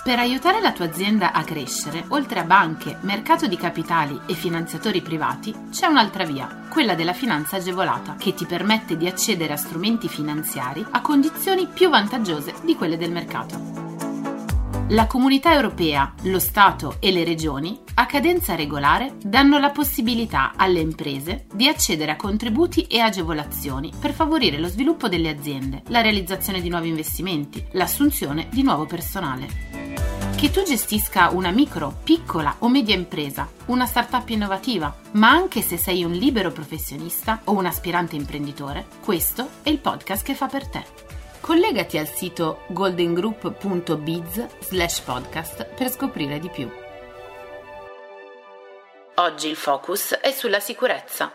Per aiutare la tua azienda a crescere, oltre a banche, mercato di capitali e finanziatori privati, c'è un'altra via, quella della finanza agevolata, che ti permette di accedere a strumenti finanziari a condizioni più vantaggiose di quelle del mercato. La Comunità Europea, lo Stato e le Regioni, a cadenza regolare, danno la possibilità alle imprese di accedere a contributi e agevolazioni per favorire lo sviluppo delle aziende, la realizzazione di nuovi investimenti, l'assunzione di nuovo personale. Che tu gestisca una micro, piccola o media impresa, una startup innovativa, ma anche se sei un libero professionista o un aspirante imprenditore, questo è il podcast che fa per te. Collegati al sito goldengroup.biz/podcast per scoprire di più. Oggi il focus è sulla sicurezza.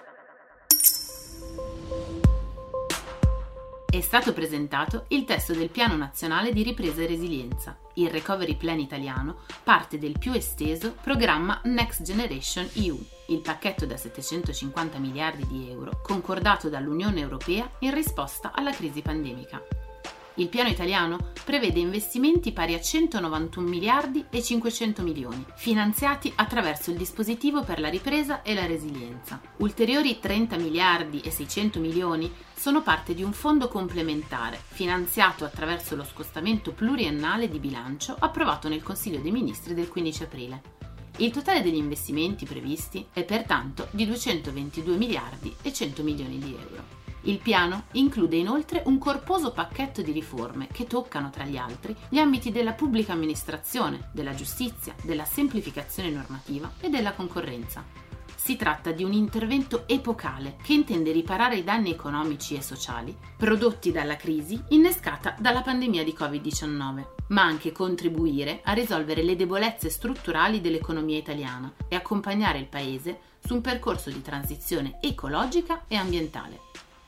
È stato presentato il testo del Piano Nazionale di Ripresa e Resilienza. Il Recovery Plan italiano parte del più esteso programma Next Generation EU, il pacchetto da 750 miliardi di euro concordato dall'Unione Europea in risposta alla crisi pandemica. Il piano italiano prevede investimenti pari a 191 miliardi e 500 milioni, finanziati attraverso il dispositivo per la ripresa e la resilienza. Ulteriori 30 miliardi e 600 milioni sono parte di un fondo complementare, finanziato attraverso lo scostamento pluriennale di bilancio approvato nel Consiglio dei Ministri del 15 aprile. Il totale degli investimenti previsti è pertanto di 222 miliardi e 100 milioni di euro. Il piano include inoltre un corposo pacchetto di riforme che toccano, tra gli altri, gli ambiti della pubblica amministrazione, della giustizia, della semplificazione normativa e della concorrenza. Si tratta di un intervento epocale che intende riparare i danni economici e sociali prodotti dalla crisi innescata dalla pandemia di Covid-19, ma anche contribuire a risolvere le debolezze strutturali dell'economia italiana e accompagnare il Paese su un percorso di transizione ecologica e ambientale.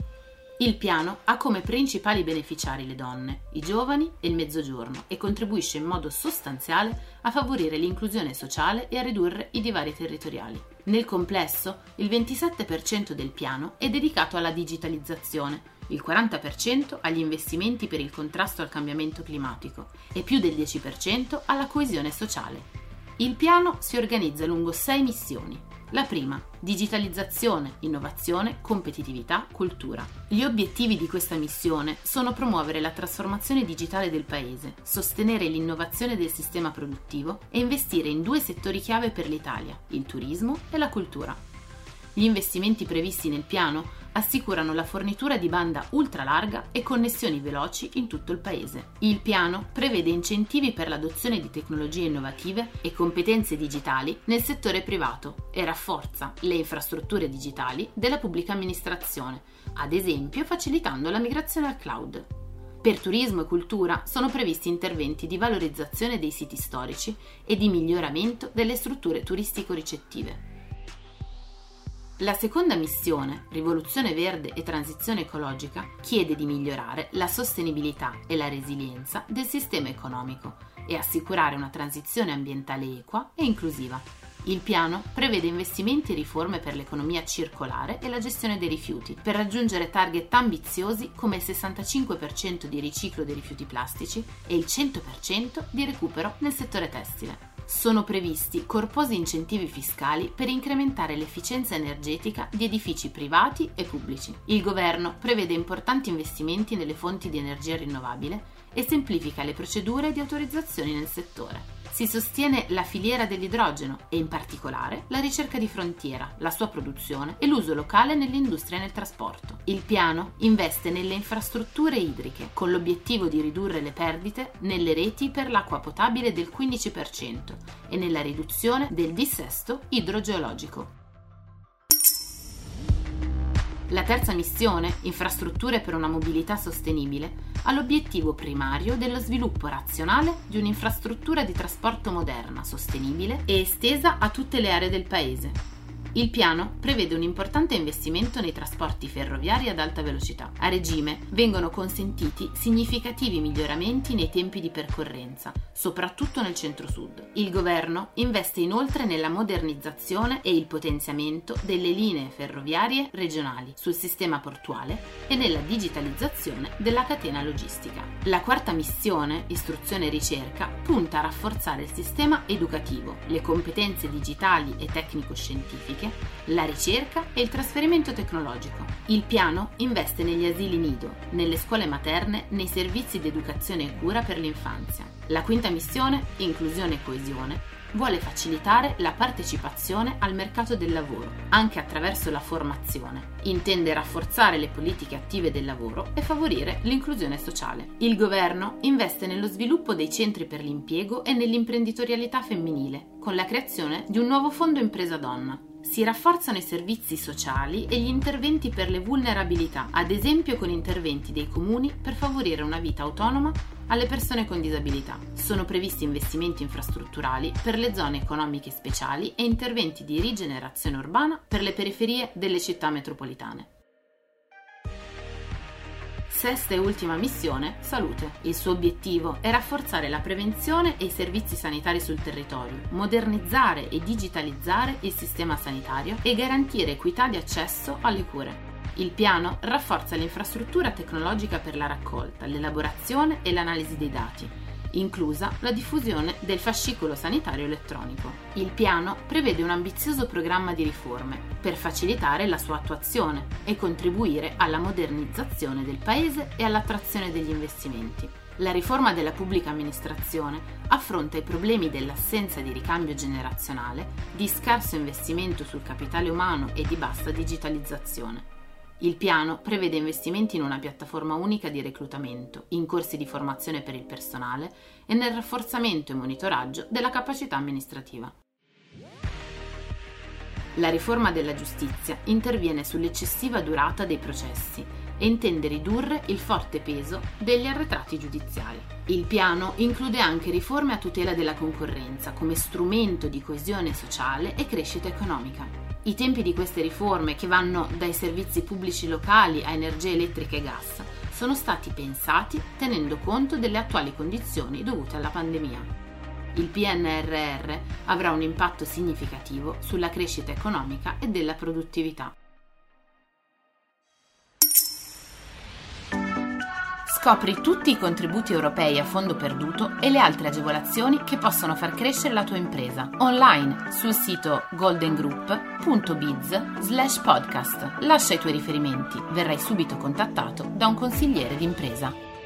Il piano ha come principali beneficiari le donne, i giovani e il mezzogiorno e contribuisce in modo sostanziale a favorire l'inclusione sociale e a ridurre i divari territoriali. Nel complesso, il 27% del piano è dedicato alla digitalizzazione, il 40% agli investimenti per il contrasto al cambiamento climatico e più del 10% alla coesione sociale. Il piano si organizza lungo 6 missioni. La prima, digitalizzazione, innovazione, competitività, cultura. Gli obiettivi di questa missione sono promuovere la trasformazione digitale del Paese, sostenere l'innovazione del sistema produttivo e investire in 2 settori chiave per l'Italia, il turismo e la cultura. Gli investimenti previsti nel piano assicurano la fornitura di banda ultralarga e connessioni veloci in tutto il Paese. Il piano prevede incentivi per l'adozione di tecnologie innovative e competenze digitali nel settore privato e rafforza le infrastrutture digitali della pubblica amministrazione, ad esempio facilitando la migrazione al cloud. Per turismo e cultura sono previsti interventi di valorizzazione dei siti storici e di miglioramento delle strutture turistico-ricettive. La seconda missione, Rivoluzione Verde e Transizione Ecologica, chiede di migliorare la sostenibilità e la resilienza del sistema economico e assicurare una transizione ambientale equa e inclusiva. Il piano prevede investimenti e riforme per l'economia circolare e la gestione dei rifiuti, per raggiungere target ambiziosi come il 65% di riciclo dei rifiuti plastici e il 100% di recupero nel settore tessile. Sono previsti corposi incentivi fiscali per incrementare l'efficienza energetica di edifici privati e pubblici. Il governo prevede importanti investimenti nelle fonti di energia rinnovabile e semplifica le procedure di autorizzazioni nel settore. Si sostiene la filiera dell'idrogeno e in particolare la ricerca di frontiera, la sua produzione e l'uso locale nell'industria e nel trasporto. Il piano investe nelle infrastrutture idriche con l'obiettivo di ridurre le perdite nelle reti per l'acqua potabile del 15% e nella riduzione del dissesto idrogeologico. La terza missione, Infrastrutture per una mobilità sostenibile, ha l'obiettivo primario dello sviluppo razionale di un'infrastruttura di trasporto moderna, sostenibile e estesa a tutte le aree del Paese. Il piano prevede un importante investimento nei trasporti ferroviari ad alta velocità. A regime vengono consentiti significativi miglioramenti nei tempi di percorrenza, soprattutto nel centro-sud. Il governo investe inoltre nella modernizzazione e il potenziamento delle linee ferroviarie regionali, sul sistema portuale e nella digitalizzazione della catena logistica. La quarta missione, istruzione e ricerca, punta a rafforzare il sistema educativo, le competenze digitali e tecnico-scientifiche, la ricerca e il trasferimento tecnologico. Il piano investe negli asili nido, nelle scuole materne, nei servizi di educazione e cura per l'infanzia. La quinta missione, inclusione e coesione, vuole facilitare la partecipazione al mercato del lavoro, anche attraverso la formazione. Intende rafforzare le politiche attive del lavoro e favorire l'inclusione sociale. Il governo investe nello sviluppo dei centri per l'impiego e nell'imprenditorialità femminile, con la creazione di un nuovo fondo impresa donna. Si rafforzano i servizi sociali e gli interventi per le vulnerabilità, ad esempio con interventi dei comuni per favorire una vita autonoma alle persone con disabilità. Sono previsti investimenti infrastrutturali per le zone economiche speciali e interventi di rigenerazione urbana per le periferie delle città metropolitane. Sesta e ultima missione, salute. Il suo obiettivo è rafforzare la prevenzione e i servizi sanitari sul territorio, modernizzare e digitalizzare il sistema sanitario e garantire equità di accesso alle cure. Il piano rafforza l'infrastruttura tecnologica per la raccolta, l'elaborazione e l'analisi dei dati, inclusa la diffusione del fascicolo sanitario elettronico. Il piano prevede un ambizioso programma di riforme per facilitare la sua attuazione e contribuire alla modernizzazione del Paese e all'attrazione degli investimenti. La riforma della pubblica amministrazione affronta i problemi dell'assenza di ricambio generazionale, di scarso investimento sul capitale umano e di bassa digitalizzazione. Il piano prevede investimenti in una piattaforma unica di reclutamento, in corsi di formazione per il personale e nel rafforzamento e monitoraggio della capacità amministrativa. La riforma della giustizia interviene sull'eccessiva durata dei processi e intende ridurre il forte peso degli arretrati giudiziari. Il piano include anche riforme a tutela della concorrenza come strumento di coesione sociale e crescita economica. I tempi di queste riforme, che vanno dai servizi pubblici locali a energia elettrica e gas, sono stati pensati tenendo conto delle attuali condizioni dovute alla pandemia. Il PNRR avrà un impatto significativo sulla crescita economica e della produttività. Scopri tutti i contributi europei a fondo perduto e le altre agevolazioni che possono far crescere la tua impresa online sul sito goldengroup.biz/podcast. Lascia i tuoi riferimenti, verrai subito contattato da un consigliere d'impresa.